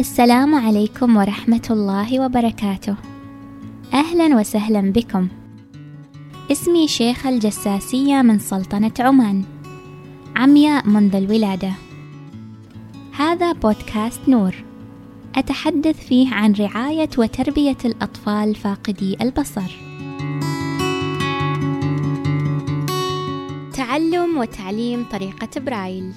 السلام عليكم ورحمة الله وبركاته. أهلا وسهلا بكم. اسمي شيخة الجساسية من سلطنة عمان، عمياء منذ الولادة. هذا بودكاست نور، أتحدث فيه عن رعاية وتربية الأطفال فاقدي البصر. تعلم وتعليم طريقة برايل.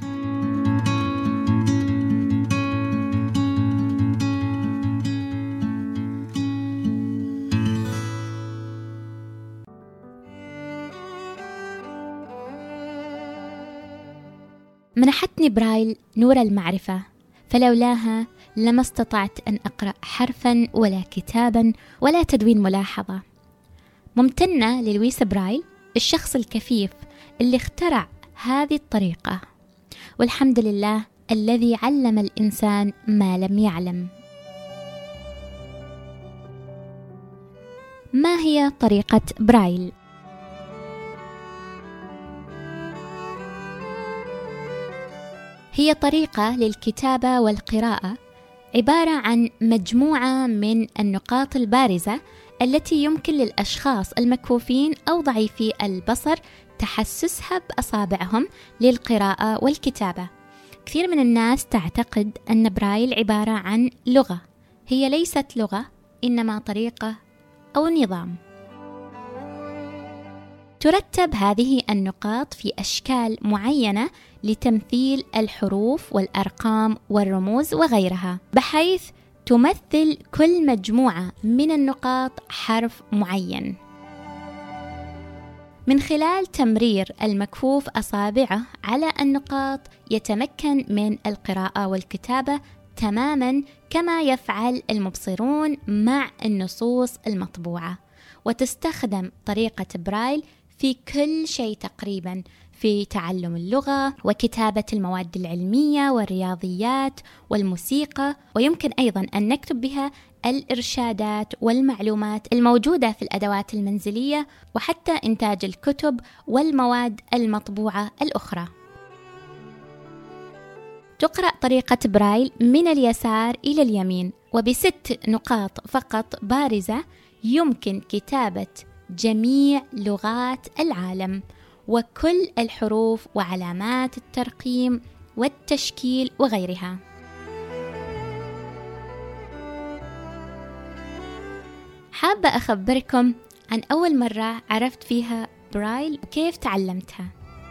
منحتني برايل نور المعرفة، فلولاها لما استطعت أن أقرأ حرفا ولا كتابا ولا تدوين ملاحظة. ممتنة للويس برايل، الشخص الكفيف اللي اخترع هذه الطريقة، والحمد لله الذي علم الإنسان ما لم يعلم. ما هي طريقة برايل؟ هي طريقة للكتابة والقراءة، عبارة عن مجموعة من النقاط البارزة التي يمكن للأشخاص المكفوفين أو ضعيفي البصر تحسسها بأصابعهم للقراءة والكتابة. كثير من الناس تعتقد أن برايل عبارة عن لغة، هي ليست لغة، إنما طريقة أو نظام. ترتب هذه النقاط في أشكال معينة لتمثيل الحروف والأرقام والرموز وغيرها، بحيث تمثل كل مجموعة من النقاط حرف معين. من خلال تمرير المكفوف أصابعه على النقاط يتمكن من القراءة والكتابة تماما كما يفعل المبصرون مع النصوص المطبوعة. وتستخدم طريقة برايل في كل شيء تقريبا، في تعلم اللغة وكتابة المواد العلمية والرياضيات والموسيقى، ويمكن أيضا أن نكتب بها الإرشادات والمعلومات الموجودة في الأدوات المنزلية، وحتى إنتاج الكتب والمواد المطبوعة الأخرى. تقرأ طريقة برايل من اليسار إلى اليمين، وب6 نقاط فقط بارزة يمكن كتابة جميع لغات العالم وكل الحروف وعلامات الترقيم والتشكيل وغيرها. حابة أخبركم عن أول مرة عرفت فيها برايل وكيف تعلمتها.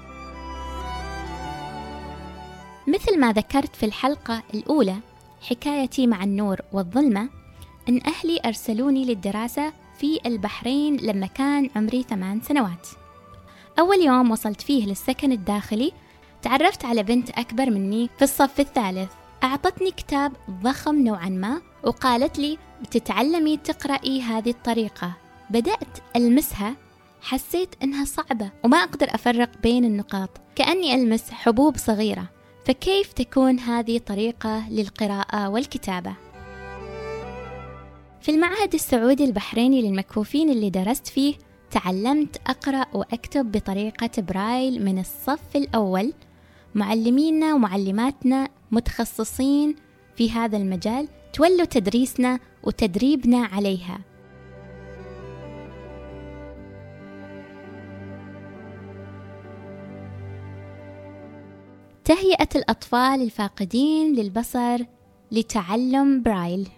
مثل ما ذكرت في الحلقة الأولى، حكايتي مع النور والظلمة، إن أهلي أرسلوني للدراسة في البحرين لما كان عمري 8 سنوات. أول يوم وصلت فيه للسكن الداخلي تعرفت على بنت أكبر مني في الصف الثالث. أعطتني كتاب ضخم نوعا ما وقالت لي بتتعلمي تقرأي هذه الطريقة. بدأت ألمسها، حسيت إنها صعبة وما أقدر أفرق بين النقاط، كأني ألمس حبوب صغيرة. فكيف تكون هذه طريقة للقراءة والكتابة؟ في المعهد السعودي البحريني للمكفوفين اللي درست فيه تعلمت أقرأ وأكتب بطريقة برايل من الصف الأول. معلمينا ومعلماتنا متخصصين في هذا المجال تولوا تدريسنا وتدريبنا عليها. تهيئة الأطفال الفاقدين للبصر لتعلم برايل.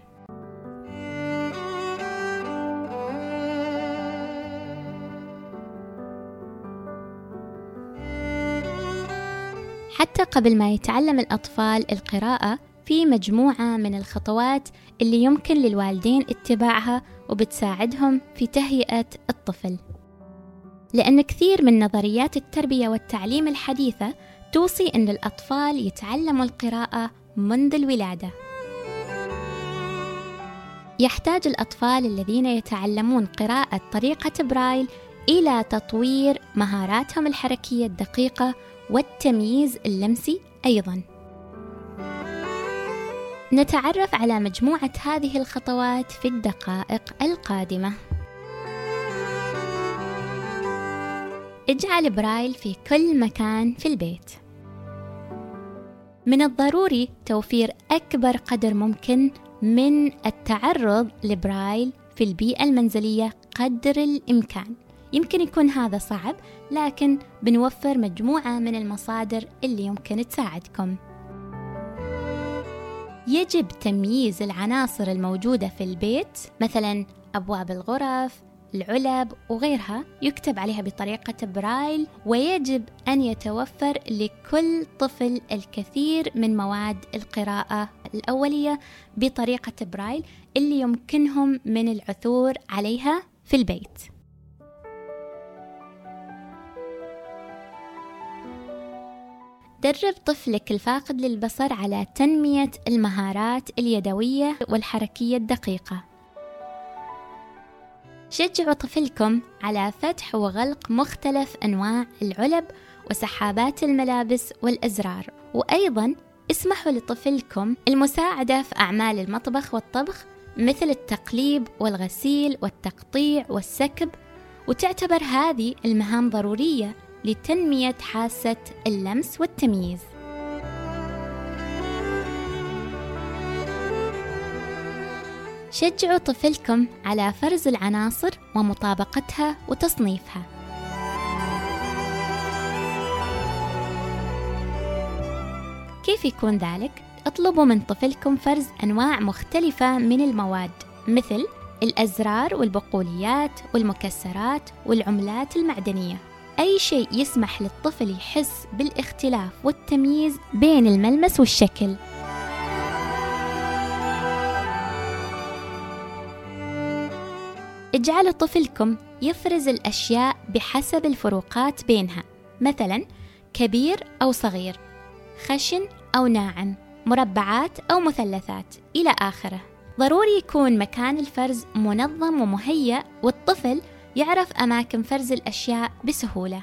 حتى قبل ما يتعلم الأطفال القراءة، في مجموعة من الخطوات اللي يمكن للوالدين اتباعها وبتساعدهم في تهيئة الطفل. لأن كثير من نظريات التربية والتعليم الحديثة توصي أن الأطفال يتعلموا القراءة منذ الولادة. يحتاج الأطفال الذين يتعلمون قراءة طريقة برايل إلى تطوير مهاراتهم الحركية الدقيقة والتمييز اللمسي أيضاً. نتعرف على مجموعة هذه الخطوات في الدقائق القادمة. اجعل برايل في كل مكان في البيت. من الضروري توفير أكبر قدر ممكن من التعرض لبرايل في البيئة المنزلية قدر الإمكان. يمكن يكون هذا صعب، لكن بنوفر مجموعة من المصادر اللي يمكن تساعدكم. يجب تمييز العناصر الموجودة في البيت، مثلا أبواب الغرف، العلب وغيرها، يكتب عليها بطريقة برايل، ويجب أن يتوفر لكل طفل الكثير من مواد القراءة الأولية بطريقة برايل اللي يمكنهم من العثور عليها في البيت. درب طفلك الفاقد للبصر على تنمية المهارات اليدوية والحركية الدقيقة. شجعوا طفلكم على فتح وغلق مختلف أنواع العلب وسحابات الملابس والأزرار، وأيضا اسمحوا لطفلكم المساعدة في أعمال المطبخ والطبخ، مثل التقليب والغسيل والتقطيع والسكب، وتعتبر هذه المهام ضرورية لتنمية حاسة اللمس والتمييز. شجعوا طفلكم على فرز العناصر ومطابقتها وتصنيفها. كيف يكون ذلك؟ اطلبوا من طفلكم فرز أنواع مختلفة من المواد، مثل الأزرار والبقوليات والمكسرات والعملات المعدنية. أي شيء يسمح للطفل يحس بالاختلاف والتمييز بين الملمس والشكل. اجعلوا طفلكم يفرز الأشياء بحسب الفروقات بينها، مثلا كبير أو صغير، خشن أو ناعم، مربعات أو مثلثات إلى آخره. ضروري يكون مكان الفرز منظم ومهيأ، والطفل يعرف أماكن فرز الأشياء بسهولة.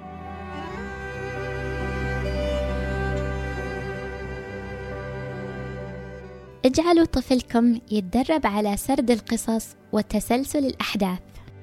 اجعلوا طفلكم يتدرب على سرد القصص وتسلسل الأحداث.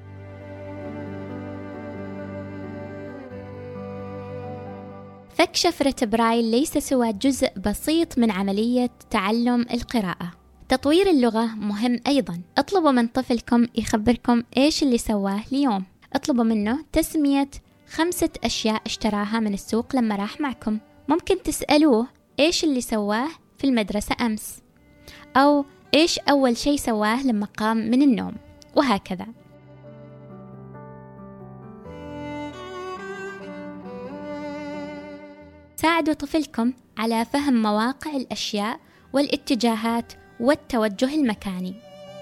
فك شفرة برايل ليس سوى جزء بسيط من عملية تعلم القراءة. تطوير اللغة مهم أيضا. اطلبوا من طفلكم يخبركم إيش اللي سواه اليوم. اطلبوا منه تسمية 5 أشياء اشتراها من السوق لما راح معكم. ممكن تسألوه إيش اللي سواه في المدرسة أمس، أو إيش أول شيء سواه لما قام من النوم، وهكذا. ساعدوا طفلكم على فهم مواقع الأشياء والاتجاهات والتوجه المكاني.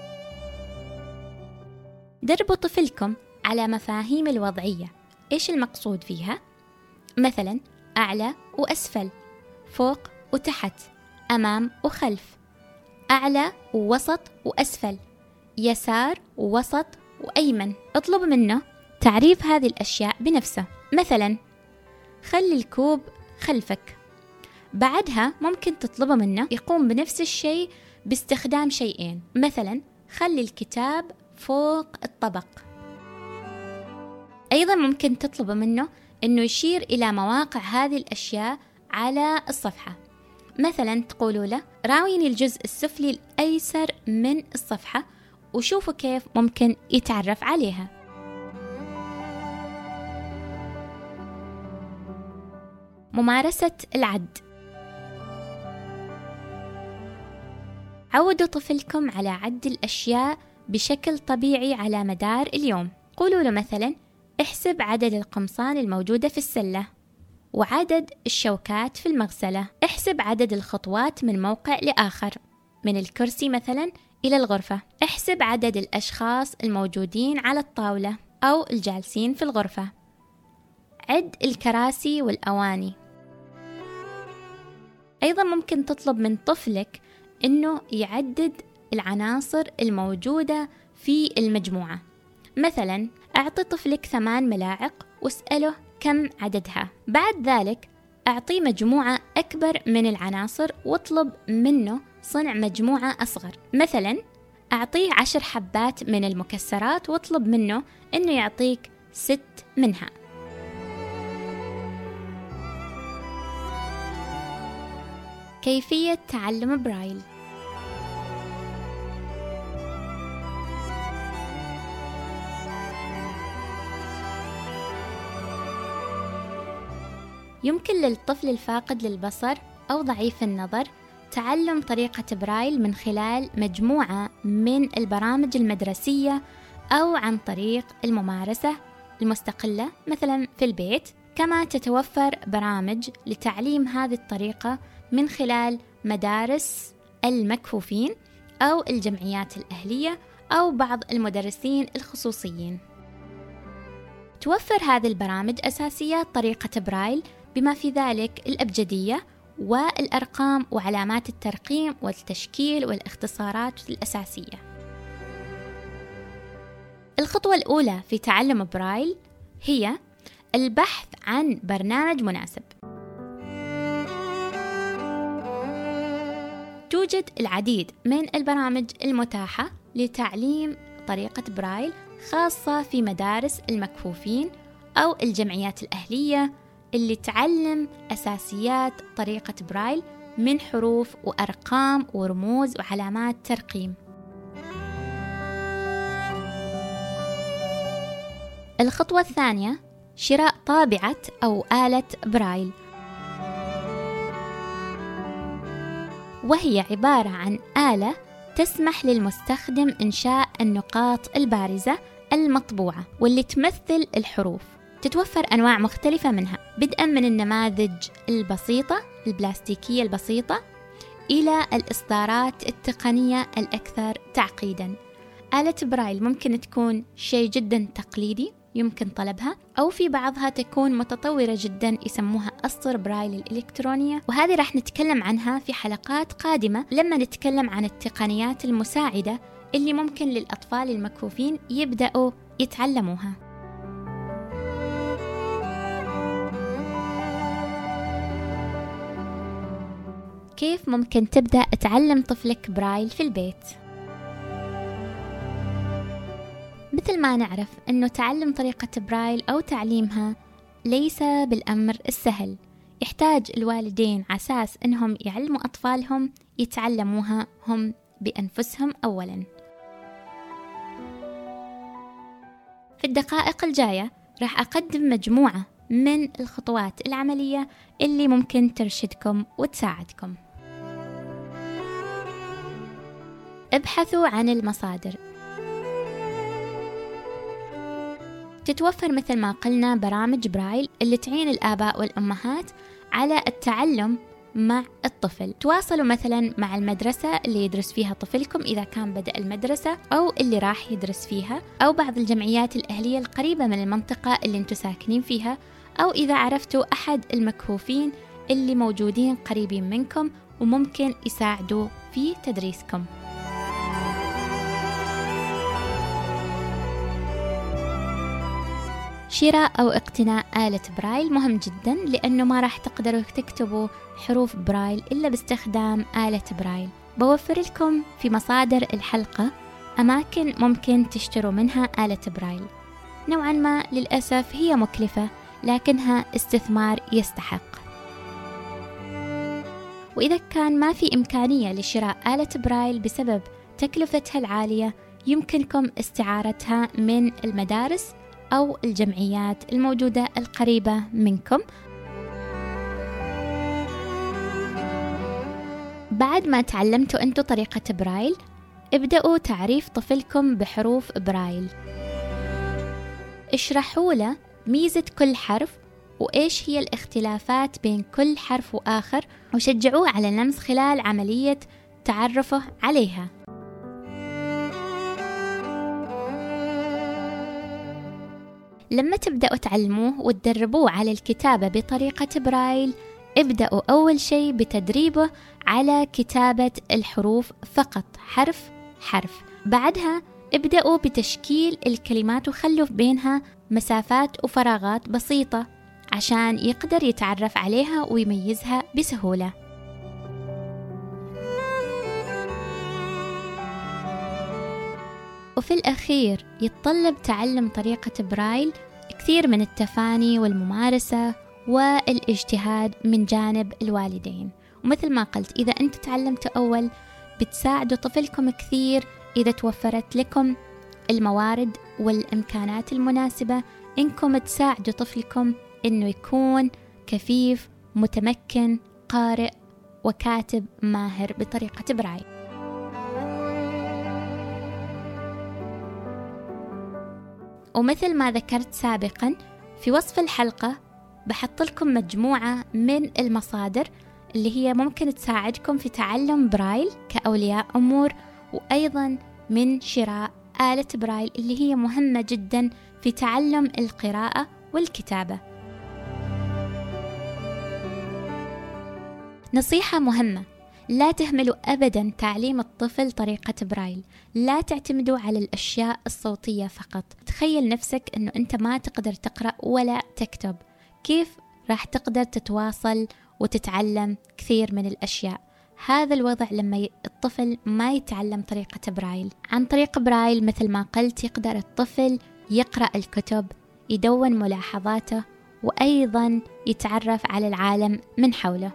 دربوا طفلكم على مفاهيم الوضعية. إيش المقصود فيها؟ مثلا أعلى وأسفل، فوق وتحت، أمام وخلف، أعلى ووسط وأسفل، يسار ووسط وأيمن. اطلب منه تعريف هذه الأشياء بنفسه، مثلا خلي الكوب خلفك. بعدها ممكن تطلب منه يقوم بنفس الشيء باستخدام شيئين، مثلا خلي الكتاب فوق الطبق. أيضا ممكن تطلب منه أنه يشير إلى مواقع هذه الأشياء على الصفحة، مثلا تقولوا له راويني الجزء السفلي الأيسر من الصفحة وشوفوا كيف ممكن يتعرف عليها. ممارسة العد. عودوا طفلكم على عد الأشياء بشكل طبيعي على مدار اليوم. قولوا له مثلا احسب عدد القمصان الموجودة في السلة، وعدد الشوكات في المغسلة. احسب عدد الخطوات من موقع لآخر، من الكرسي مثلا إلى الغرفة. احسب عدد الأشخاص الموجودين على الطاولة أو الجالسين في الغرفة. عد الكراسي والأواني. أيضا ممكن تطلب من طفلك أنه يعدد العناصر الموجودة في المجموعة. مثلا أعطي طفلك 8 ملاعق واسأله كم عددها. بعد ذلك أعطيه مجموعة أكبر من العناصر واطلب منه صنع مجموعة أصغر. مثلا أعطيه 10 حبات من المكسرات واطلب منه أنه يعطيك 6 منها. كيفية تعلم برايل. يمكن للطفل الفاقد للبصر أو ضعيف النظر تعلم طريقة برايل من خلال مجموعة من البرامج المدرسية أو عن طريق الممارسة المستقلة مثلا في البيت. كما تتوفر برامج لتعليم هذه الطريقة من خلال مدارس المكفوفين أو الجمعيات الأهلية أو بعض المدرسين الخصوصيين. توفر هذه البرامج أساسيات طريقة برايل بما في ذلك الأبجدية والأرقام وعلامات الترقيم والتشكيل والاختصارات الأساسية. الخطوة الأولى في تعلم برايل هي البحث عن برنامج مناسب. توجد العديد من البرامج المتاحة لتعليم طريقة برايل خاصة في مدارس المكفوفين أو الجمعيات الأهلية اللي تعلم أساسيات طريقة برايل من حروف وأرقام ورموز وعلامات ترقيم. الخطوة الثانية شراء طابعة أو آلة برايل، وهي عبارة عن آلة تسمح للمستخدم إنشاء النقاط البارزة المطبوعة واللي تمثل الحروف. تتوفر أنواع مختلفة منها بدءا من النماذج البسيطة البلاستيكية البسيطة إلى الإصدارات التقنية الأكثر تعقيدا. آلة برايل ممكن تكون شيء جدا تقليدي يمكن طلبها، أو في بعضها تكون متطورة جدا يسموها أسطر برايل الإلكترونية، وهذه راح نتكلم عنها في حلقات قادمة لما نتكلم عن التقنيات المساعدة اللي ممكن للأطفال المكفوفين يبدأوا يتعلموها. كيف ممكن تبدأ تعلم طفلك برايل في البيت؟ مثل ما نعرف أنه تعلم طريقة برايل أو تعليمها ليس بالأمر السهل، يحتاج الوالدين عساس أنهم يعلموا أطفالهم يتعلموها هم بأنفسهم أولا. في الدقائق الجاية راح أقدم مجموعة من الخطوات العملية اللي ممكن ترشدكم وتساعدكم. ابحثوا عن المصادر. تتوفر مثل ما قلنا برامج برايل اللي تعين الآباء والأمهات على التعلم مع الطفل. تواصلوا مثلا مع المدرسة اللي يدرس فيها طفلكم إذا كان بدأ المدرسة أو اللي راح يدرس فيها، أو بعض الجمعيات الأهلية القريبة من المنطقة اللي انتوا ساكنين فيها، أو إذا عرفتوا أحد المكفوفين اللي موجودين قريبين منكم وممكن يساعدوا في تدريسكم. شراء أو اقتناء آلة برايل مهم جدا، لأنه ما راح تقدروا تكتبوا حروف برايل إلا باستخدام آلة برايل. بوفر لكم في مصادر الحلقة أماكن ممكن تشتروا منها آلة برايل. نوعا ما للأسف هي مكلفة، لكنها استثمار يستحق. وإذا كان ما في إمكانية لشراء آلة برايل بسبب تكلفتها العالية، يمكنكم استعارتها من المدارس أو الجمعيات الموجودة القريبة منكم. بعد ما تعلمتوا أنتوا طريقة برايل، ابدأوا تعريف طفلكم بحروف برايل. اشرحوا له ميزة كل حرف وإيش هي الاختلافات بين كل حرف وآخر، وشجعوه على اللمس خلال عملية تعرفه عليها. لما تبدأوا تعلموه وتدربوه على الكتابة بطريقة برايل، ابدأوا أول شيء بتدريبه على كتابة الحروف فقط حرف حرف. بعدها ابدأوا بتشكيل الكلمات وخلوا بينها مسافات وفراغات بسيطة عشان يقدر يتعرف عليها ويميزها بسهولة. وفي الأخير يتطلب تعلم طريقة برايل كثير من التفاني والممارسة والاجتهاد من جانب الوالدين، ومثل ما قلت إذا أنتوا تعلمتوا أول بتساعدوا طفلكم كثير إذا توفرت لكم الموارد والإمكانات المناسبة إنكم تساعدوا طفلكم إنه يكون كفيف متمكن قارئ وكاتب ماهر بطريقة برايل. ومثل ما ذكرت سابقا في وصف الحلقة بحط لكم مجموعة من المصادر اللي هي ممكن تساعدكم في تعلم برايل كأولياء أمور، وأيضا من شراء آلة برايل اللي هي مهمة جدا في تعلم القراءة والكتابة. نصيحة مهمة، لا تهملوا أبدا تعليم الطفل طريقة برايل، لا تعتمدوا على الأشياء الصوتية فقط. تخيل نفسك أنه أنت ما تقدر تقرأ ولا تكتب، كيف راح تقدر تتواصل وتتعلم كثير من الأشياء؟ هذا الوضع لما الطفل ما يتعلم طريقة برايل. عن طريق برايل مثل ما قلت يقدر الطفل يقرأ الكتب، يدون ملاحظاته، وأيضا يتعرف على العالم من حوله.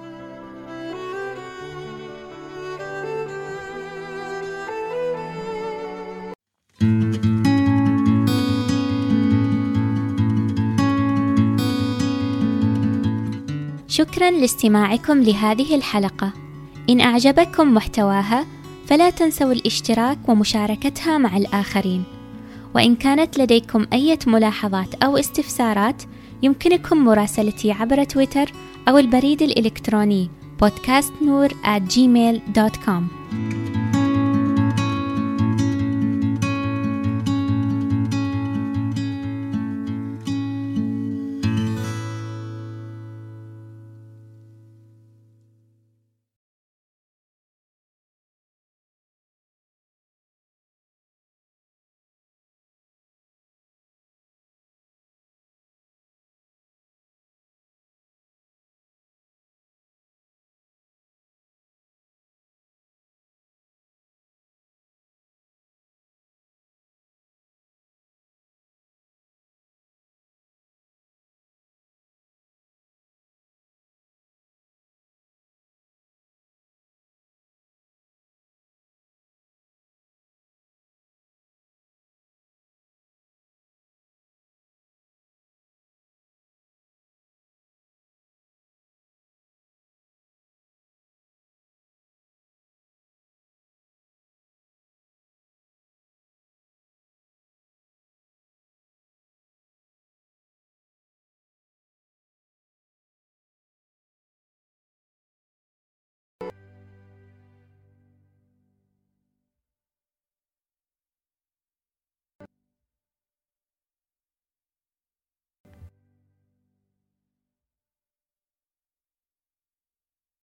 شكرا لاستماعكم لهذه الحلقة. إن أعجبكم محتواها فلا تنسوا الاشتراك ومشاركتها مع الآخرين، وإن كانت لديكم أي ملاحظات أو استفسارات يمكنكم مراسلتي عبر تويتر أو البريد الإلكتروني podcastnoor@gmail.com.